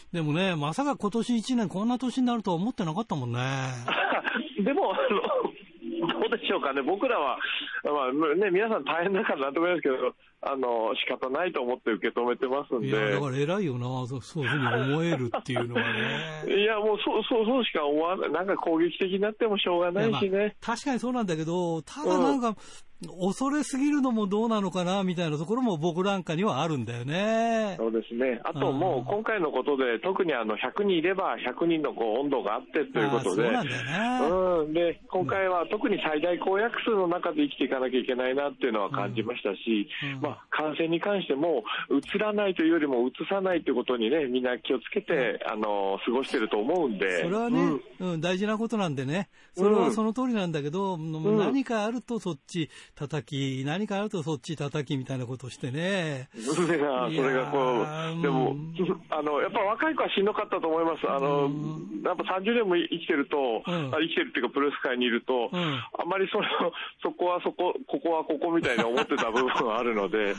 でもね、まさか今年1年こんな年になるとは思ってなかったもんね。 でもどうでしょうかね、僕らは、皆さん大変だからなんとも言いますけど、仕方ないと思って受け止めてますんで。 いや、だから偉いよな、そういうふうに思えるっていうのはね。 いや、もうそうしか思わない。なんか攻撃的になってもしょうがないしね。 確かにそうなんだけど、ただなんか、恐れすぎるのもどうなのかなみたいなところも僕なんかにはあるんだよね。 そうですね。あともう今回のことで特に100人いれば100人の温度があってということで、 そうなんだよね。 で今回は特に最大公約数の中で生きていかなきゃいけないなっていうのは感じましたし、感染に関してもうつらないというよりもうつさないということにね、みんな気をつけて過ごしてると思うんで、 それはね、大事なことなんでね、それはその通りなんだけど、何かあるとそっち叩き、何かあるとそっち叩きみたいなことをしてね。 それがでもやっぱ若い子はしんどかったと思います。やっぱ30年も生きてると、生きてるっていうかプロレス界にいると、あんまりそこはここはここみたいに思ってた部分があるので、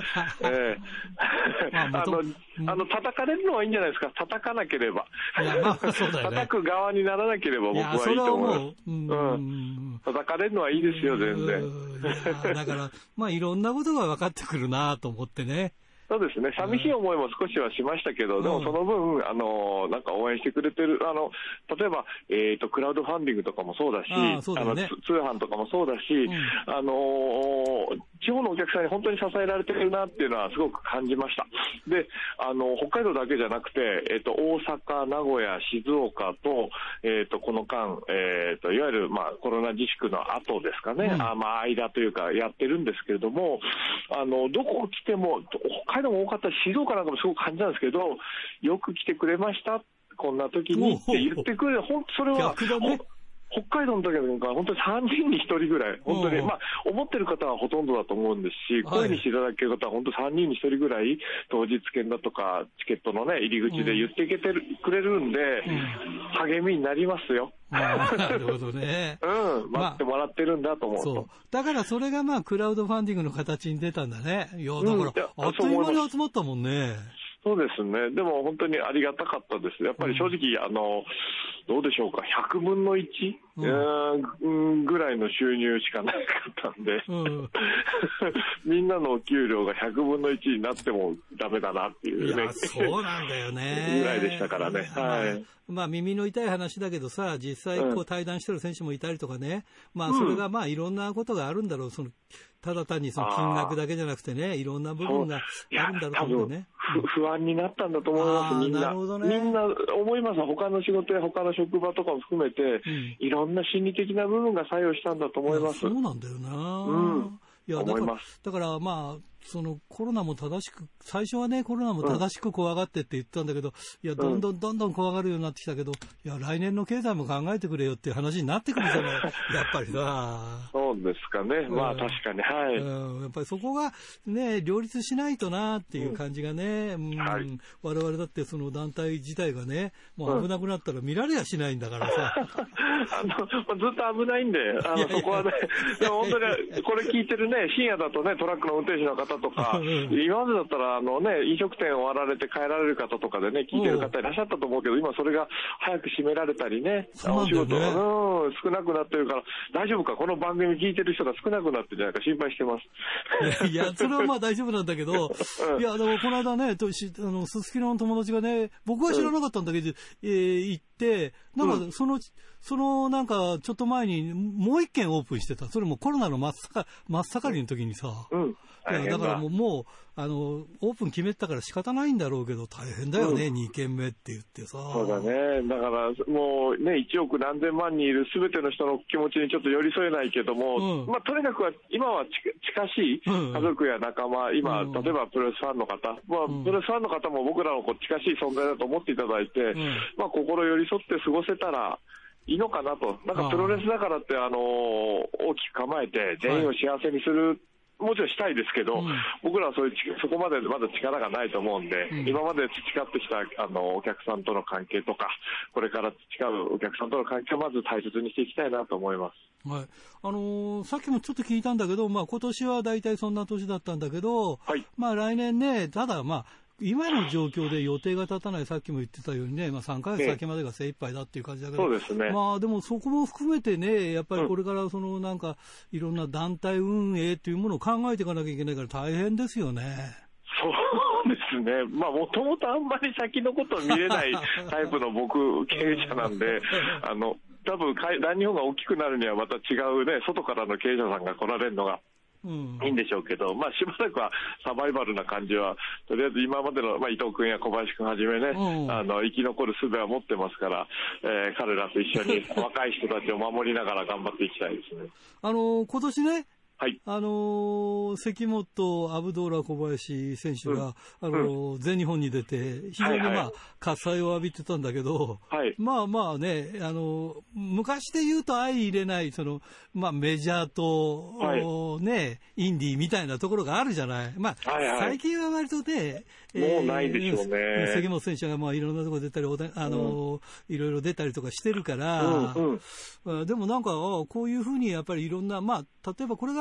叩かれるのはいいんじゃないですか。叩かなければ、叩く側にならなければ僕はいいと思います。叩かれるのはいいですよ、全然。 だからいろんなことが分かってくるなと思ってね。 そうですね、寂しい思いも少しはしましたけど、でもその分、なんか応援してくれてる、例えば、クラウドファンディングとかもそうだし、 そうだね、 通販とかもそうだし、地方のお客さんに本当に支えられてるなっていうのはすごく感じました。で、北海道だけじゃなくて、大阪、名古屋、静岡と、この間、いわゆる、コロナ自粛の後ですかね、間というかやってるんですけれども、どこ来ても、北海道も多かったし、静岡なんかもすごく感じたんですけど、よく来てくれました、こんな時にって言ってくれる、それは、北海道の時なんか本当に3人に1人ぐらい、本当に、思ってる方はほとんどだと思うんですし、声にしていただける方は本当3人に1人ぐらい、当日券だとか、チケットのね、入り口で言ってくれるんで、励みになりますよ。 なるほどね。 待ってもらってるんだと思うと。 そう。だからそれがクラウドファンディングの形に出たんだね。いや、だから、あっという間に集まったもんね。 そうですね。でも本当にありがたかったです。やっぱり正直、どうでしょうか、100分の1、ぐらいの収入しかなかったんで、みんなのお給料が100分の1になってもダメだなっていうね。 いや、そうなんだよね。 ぐらいでしたからね。はい。 耳の痛い話だけどさ、実際対談してる選手もいたりとかね、それがいろんなことがあるんだろう。ただ単にその金額だけじゃなくてね、いろんな部分があるんだろうと思うね。 不安になったんだと思います、みんな。 なるほどね。 みんな思います。他の仕事や他の職場とかも含めて、いろんな心理的な部分が作用したんだと思います。 そうなんだよな。いや、だからそのコロナも正しく、最初はね、コロナも正しく怖がってって言ってたんだけど、いや、どんどん怖がるようになってきたけど、いや、来年の経済も考えてくれよっていう話になってくるじゃない、やっぱりさ。 そうですかね。確かに、はい。 やっぱりそこがね、両立しないとなっていう感じがね、我々だってその団体自体がね、もう危なくなったら見られやしないんだからさ。 ずっと危ないんで、そこはね、でも本当に、これ聞いてるね、深夜だとね、トラックの運転手の方とか、今までだったら飲食店終わられて帰られる方とかでね、聞いてる方いらっしゃったと思うけど、今それが早く閉められたりね、お仕事、少なくなってるから、大丈夫か、この番組聞いてる人が少なくなってるんじゃないか心配してます。 いや、それは大丈夫なんだけど、いや、でもこの間ね、すすきのの友達がね、僕は知らなかったんだけど、行って、なんかそのなんかちょっと前にもう一軒オープンしてた。それもコロナの真っ盛りの時にさ、だからもうオープン決めてたから仕方ないんだろうけど、大変だよね、2軒目って言ってさ。 そうだね。だからもうね、1億何千万人いる全ての人の気持ちにちょっと寄り添えないけども、とにかく今は近しい家族や仲間、今、例えばプロレスファンの方、プロレスファンの方も僕らの近しい存在だと思っていただいて、心寄り添って過ごせたらいいのかなと。なんかプロレスだからって大きく構えて全員を幸せにする、もちろんしたいですけど、僕らはそこまでまだ力がないと思うんで、今まで培ってきたお客さんとの関係とか、これから培うお客さんとの関係をまず大切にしていきたいなと思います。 はい。さっきもちょっと聞いたんだけど、今年は大体そんな年だったんだけど、来年ね、ただ今の状況で予定が立たない、さっきも言ってたようにね、3ヶ月先までが精一杯だっていう感じだけど、 そうですね。 でもそこも含めてね、やっぱりこれからなんかいろんな団体運営っていうものを考えていかなきゃいけないから大変ですよね。 そうですね。もともとあんまり先のことを見れないタイプの僕、経営者なんで、多分大日本が大きくなるにはまた違うね、外からの経営者さんが来られるのがいいんでしょうけど、しばらくはサバイバルな感じは、とりあえず今までの、伊藤君や小林君はじめね、生き残る術は持ってますから、彼らと一緒に若い人たちを守りながら頑張っていきたいですね。 今年ね、 はい、 関本、アブドーラ小林選手が、全日本に出て、非常に喝采を浴びてたんだけど、ね、昔で言うと相入れない、メジャーと、ね、インディーみたいなところがあるじゃない。最近は割とね、 もうないでしょうね。 関本選手がいろんなところ出たり、いろいろ出たりとかしてるから、でもなんか、こういうふうにやっぱりいろんな、例えばこれが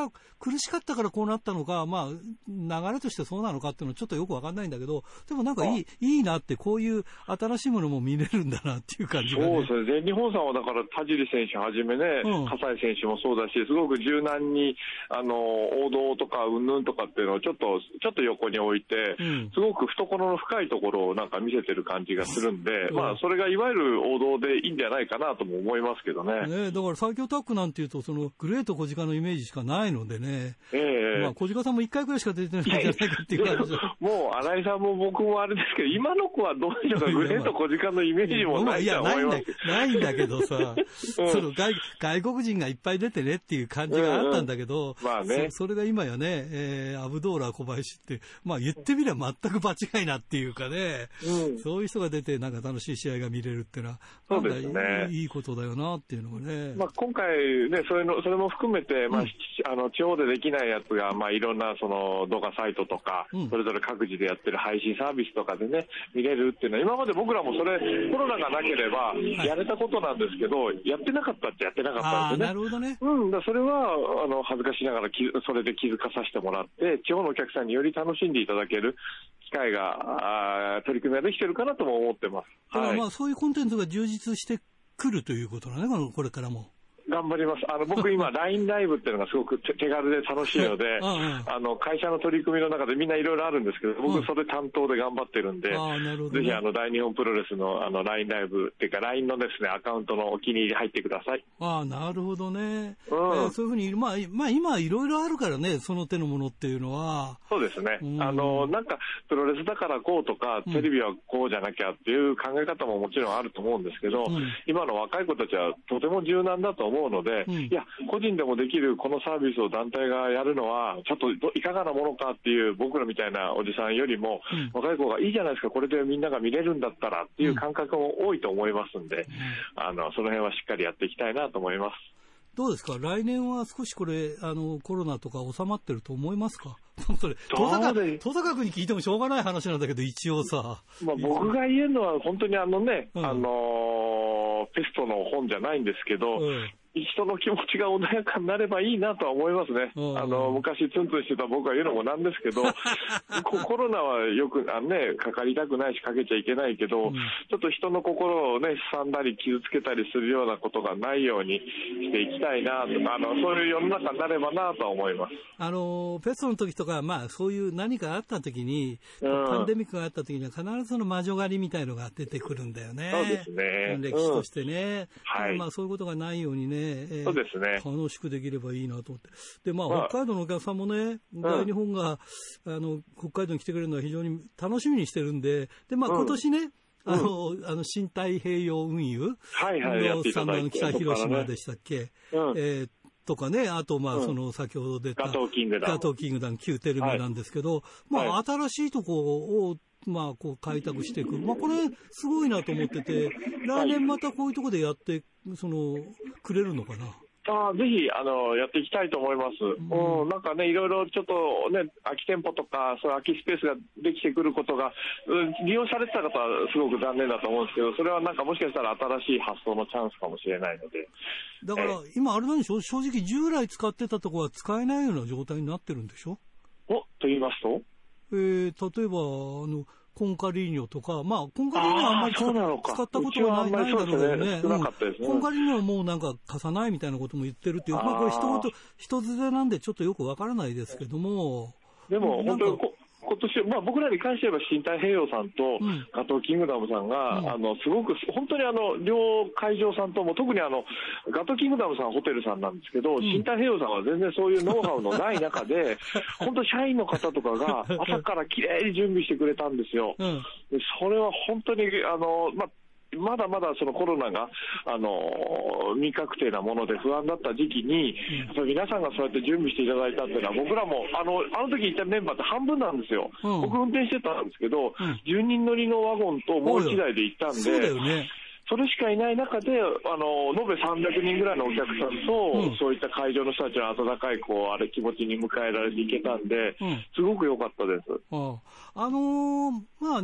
が苦しかったからこうなったのか、まあ、流れとしてそうなのかっていうのはちょっとよくわかんないんだけど、でもなんかいいなって、こういう新しいものも見れるんだなっていう感じが、ね、 そうですね。全日本さんはだから田尻選手はじめね、葛西選手もそうだし、すごく柔軟に王道とかうんぬんとかっていうのをちょっと横に置いて、すごく懐の深いところをなんか見せてる感じがするんで、まあそれがいわゆる王道でいいんじゃないかなとも思いますけどね。 だから最強タッグなんていうと、そのグレート小鹿のイメージしかないのでね、まあ小鹿さんも1回くらいしか出てないんじゃないかっていう感じで。 もう新井さんも僕もあれですけど、今の子はどうでしょうか、グレート小鹿のイメージもないと思います。 ないんだけどさ、その外国人がいっぱい出てねっていう感じがあったんだけど、 まあね、 それが今やね、アブドーラ小林って、まあ言ってみれば全く場違いなっていうかね、そういう人が出てなんか楽しい試合が見れるっていうのは、 そうですね、 いいことだよなっていうのがね。 まあ今回ね、それも含めて、まあ地方でできないやつが、まあいろんなその動画サイトとか、それぞれ各自でやってる配信サービスとかでね、見れるっていうのは、今まで僕らもそれ、コロナがなければやれたことなんですけど、やってなかったってやってなかったんですよね。 なるほどね。 それは恥ずかしながらそれで気づかさせてもらって、地方のお客さんにより楽しんでいただける機会が取り組みができてるかなとも思ってます。 まあそういうコンテンツが充実してくるということだね、これからも。 頑張ります。僕今 LINE ライブっていうのがすごく手軽で楽しいので、会社の取り組みの中でみんないろいろあるんですけど、僕それ担当で頑張ってるんで、ぜひ大日本プロレスのLINE ライブっていうか LINE のですね、アカウントのお気に入り入ってください。 なるほどね。そういうふうに、まあ今いろいろあるからね、その手のものっていうのは。 そうですね。なんかプロレスだからこうとか、テレビはこうじゃなきゃっていう考え方ももちろんあると思うんですけど、今の若い子たちはとても柔軟だと思うので、いや、個人でもできるこのサービスを団体がやるのは、ちょっといかがなものかっていう、僕らみたいなおじさんよりも、若い子がいいじゃないですか、これでみんなが見れるんだったらっていう感覚も多いと思いますんで、その辺はしっかりやっていきたいなと思います。 どうですか、来年は少しこれコロナとか収まってると思いますか？それ登坂君に聞いてもしょうがない話なんだけど、一応さ、 僕が言えるのは本当にペストの本じゃないんですけど、人の気持ちが穏やかになればいいなとは思いますね。昔ツンツンしてた僕が言うのもなんですけど、コロナはよくかかりたくないしかけちゃいけないけど、ちょっと人の心をね、すさんだり傷つけたりするようなことがないようにしていきたいなとか、そういう世の中になればなとは思います。 ペストの時とか、まあそういう何かあった時に、パンデミックがあった時には必ずその魔女狩りみたいのが出てくるんだよね。 そうですね。 歴史としてね。まあそういうことがないようにね、 そうですね、 楽しくできればいいなと思って。で、まあ、北海道のお客さんもね、大日本が、北海道に来てくれるのは非常に楽しみにしてるんで、で、まあ、今年ね、新太平洋運輸の北広島でしたっけ、とかね、あと、まあ、先ほど出た、 ガトーキングダム、旧テレビなんですけど、まあ、新しいとこを、まあ、こう、開拓していく。まあ、これ、すごいなと思ってて、来年またこういうとこでやって、くれるのかな。 ぜひ、やっていきたいと思います。なんかね、いろいろちょっとね、空き店舗とか、そういう空きスペースができてくることが、利用されてた方はすごく残念だと思うんですけど、それはなんかもしかしたら新しい発想のチャンスかもしれないので。 だから、今あれなんでしょ？正直従来使ってたところは使えないような状態になってるんでしょ？ と言いますと？ 例えば、コンカリーニョとか、まあ、コンカリーニョはあんまり使ったことはないだろうけどね。コンカリーニョはもうなんか貸さないみたいなことも言ってるっていう、まあこれ人づてなんでちょっとよくわからないですけども。 でも本当に今年、まあ僕らに関して言えば新太平洋さんとガトーキングダムさんが、すごく本当に両会場さんとも、特にガトーキングダムさんはホテルさんなんですけど、新太平洋さんは全然そういうノウハウのない中で、本当社員の方とかが朝からきれいに準備してくれたんですよ。でそれは本当にまだまだそのコロナが、未確定なもので不安だった時期に、やっぱり皆さんがそうやって準備していただいたっていうのは、僕らも、あの時行ったメンバーって半分なんですよ。僕運転してたんですけど、10人乗りのワゴンともう1台で行ったんで、 そうだよね。 それしかいない中で、延べ300人ぐらいのお客さんと、そういった会場の人たちの温かい、気持ちに迎えられていけたんで、すごく良かったです。 まあね、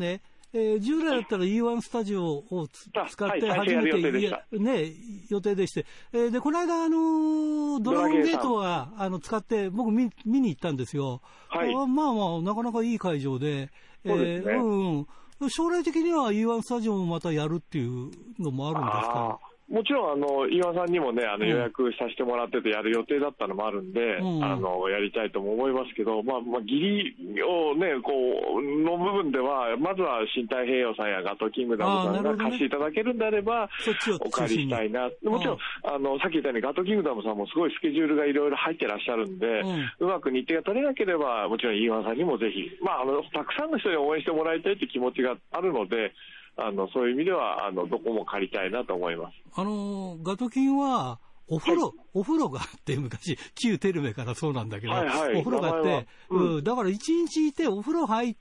従来だったら E1 スタジオを使って初めて、予定でして、で、この間、ドラゴンゲートは、使って、僕見に行ったんですよ。はい。まあまあ、なかなかいい会場で、将来的には E1 スタジオもまたやるっていうのもあるんですか？ もちろん、岩さんにもね、予約させてもらっててやる予定だったのもあるんで、やりたいとも思いますけど、ギリをね、の部分では、まずは新太平洋さんやガトキングダムさんが貸していただけるんであれば、お借りしたいな。もちろん、さっき言ったようにガトキングダムさんもすごいスケジュールがいろいろ入ってらっしゃるんで、うまく日程が取れなければ、もちろん岩さんにもぜひ、たくさんの人に応援してもらいたいという気持ちがあるので、そういう意味では、どこも借りたいなと思います。 ガトキンは、お風呂があって、昔、旧テルメからそうなんだけど、お風呂があって、だから一日いて、お風呂入って、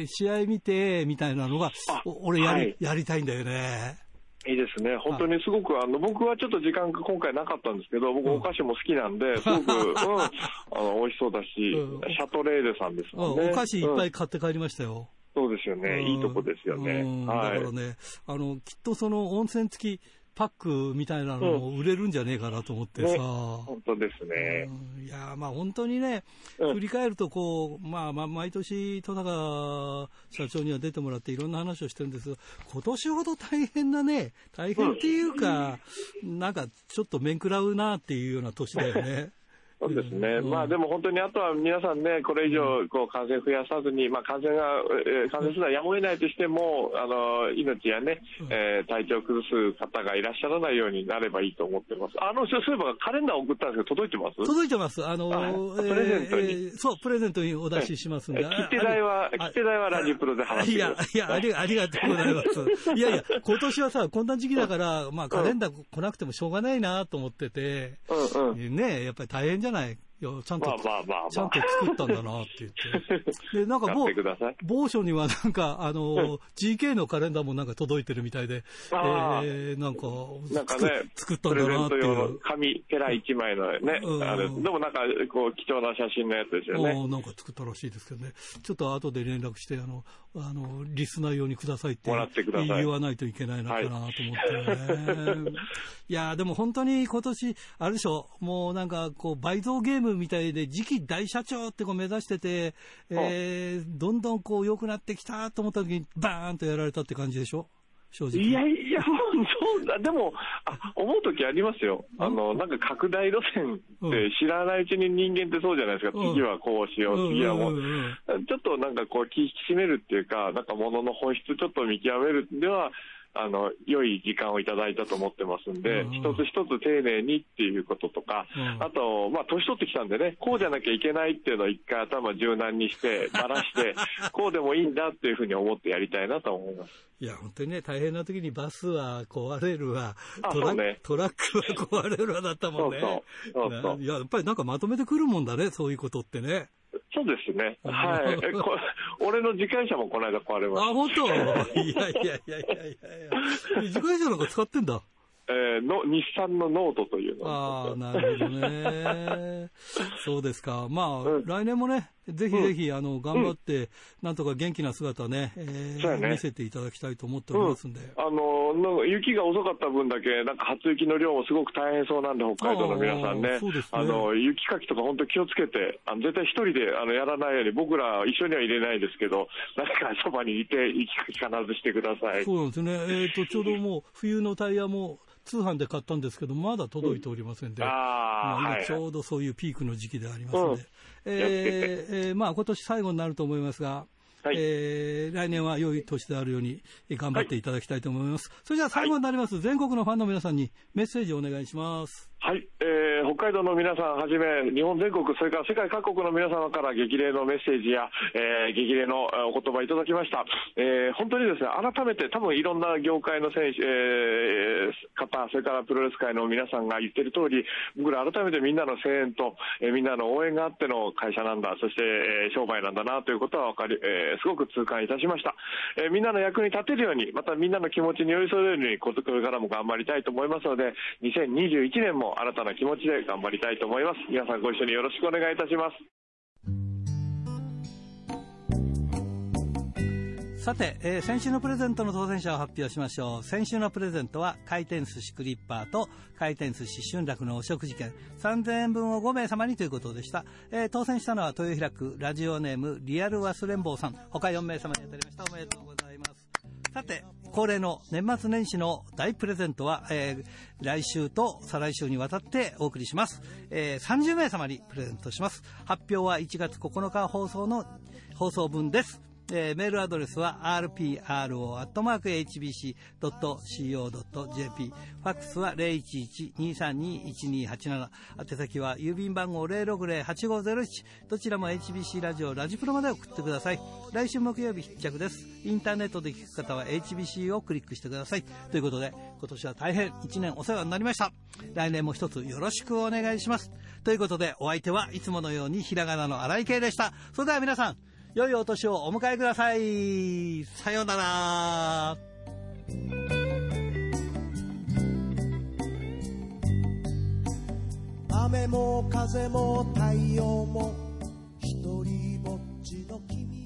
試合見て、みたいなのが、俺やりたいんだよね。 いいですね。本当にすごく、僕はちょっと時間が今回なかったんですけど、僕お菓子も好きなんで、すごく、美味しそうだし、シャトレーゼさんですもんね。 お菓子いっぱい買って帰りましたよ。 そうですよね。いいとこですよね。 だからね、きっとその温泉付きパックみたいなのも売れるんじゃねえかなと思ってさ。 本当ですね。 いや、本当にね、振り返ると毎年、戸中社長には出てもらっていろんな話をしてるんですが、今年ほど大変っていうか、なんかちょっと面食らうなっていうような年だよね。 そうですね。でも本当にあとは皆さんね、これ以上感染増やさずに、感染するのはやむを得ないとしても、命やね、体調を崩す方がいらっしゃらないようになればいいと思ってます。そういえばカレンダー送ったんですけど、届いてます？ 届いてます。 プレゼントに。 そう、プレゼントにお出ししますんで。 切手代はラジプロで払ってください。 いや、ありがとうございます。いや、今年はさ、こんな時期だから、カレンダー来なくてもしょうがないなと思ってて、ね、やっぱり大変じゃない。ちゃんと作ったんだなって言って。で、なんか某所にはなんか、GK のカレンダーもなんか届いてるみたいで、なんか作ったんだなっていう。 紙、ペラ1枚のね、でもなんか、貴重な写真のやつですよね。 なんか作ったらしいですけどね。ちょっと後で連絡して、リスナー用にくださいって言わないといけないのかなと思ってね。いや、でも本当に今年、あれでしょ、もうなんか倍増ゲームみたいで次期大社長って目指してて、どんどん良くなってきたと思った時にバーンとやられたって感じでしょ、正直。 いや、そうだ。でも、思う時ありますよ。なんか拡大路線って知らないうちに人間ってそうじゃないですか。次はこうしよう、次はもう。ちょっとなんか気締めるっていうか、なんか物の本質ちょっと見極めるんでは、良い時間をいただいたと思ってますんで、一つ一つ丁寧にっていうこととか、あと、年取ってきたんでね、こうじゃなきゃいけないっていうのを一回頭柔軟にして、ばらして、こうでもいいんだっていうふうに思ってやりたいなと思います。 いや、本当にね、大変な時にバスは壊れるわ、トラックは壊れるわだったもんね。そういや、やっぱりなんかまとめてくるもんだね、そういうことってね。 そうですね。はい。俺の自家車もこの間壊れました。 本当？いや。自家車なんか使ってんだ。 日産のノートというの。 なるほどね。そうですか。来年もね、ぜひぜひ、頑張って、なんとか元気な姿ね、見せていただきたいと思っておりますんで。 雪が遅かった分だけ、なんか初雪の量もすごく大変そうなんで、北海道の皆さんね。そうですね。雪かきとか本当気をつけて、絶対一人でやらないように、僕ら一緒には入れないですけど、誰かそばにいて、雪かき必ずしてください。 そうなんですね。ちょうどもう、冬のタイヤも、通販で買ったんですけど、まだ届いておりませんで、今ちょうどそういうピークの時期でありますので、今年最後になると思いますが、来年は良い年であるように頑張っていただきたいと思います。それでは最後になります、全国のファンの皆さんにメッセージをお願いします。 はい、北海道の皆さんはじめ、日本全国、それから世界各国の皆様から激励のメッセージや、激励のお言葉いただきました。本当にですね、改めて多分いろんな業界の選手、方、それからプロレス界の皆さんが言ってる通り、僕ら改めてみんなの声援と、みんなの応援があっての会社なんだ、そして、商売なんだなということはすごく痛感いたしました。みんなの役に立てるように、またみんなの気持ちに寄り添えるように、これからも頑張りたいと思いますので、2021年も新たな気持ちで頑張りたいと思います。皆さんご一緒によろしくお願いいたします。 さて、先週のプレゼントの当選者を発表しましょう。先週のプレゼントは回転寿司クリッパーと回転寿司春楽のお食事券3000円分を5名様にということでした。当選したのは豊平区ラジオネームリアル忘れん坊さん、他4名様に当たりました。おめでとうございます。さて、恒例の年末年始の大プレゼントは、来週と再来週にわたってお送りします。30名様にプレゼントします。発表は1月9日放送の放送分です。メールアドレスは rpro@hbc.co.jp、 ファックスは 011-232-1287、 宛先は郵便番号 060-8501、 どちらも HBC ラジオラジプロまで送ってください。来週木曜日必着です。インターネットで聞く方は HBC をクリックしてください。ということで、今年は大変1年お世話になりました。来年も一つよろしくお願いします。ということで、お相手はいつものようにひらがなの荒井圭でした。それでは皆さん、良いお年をお迎えください。さようなら。 雨も風も太陽も一人ぼっちの君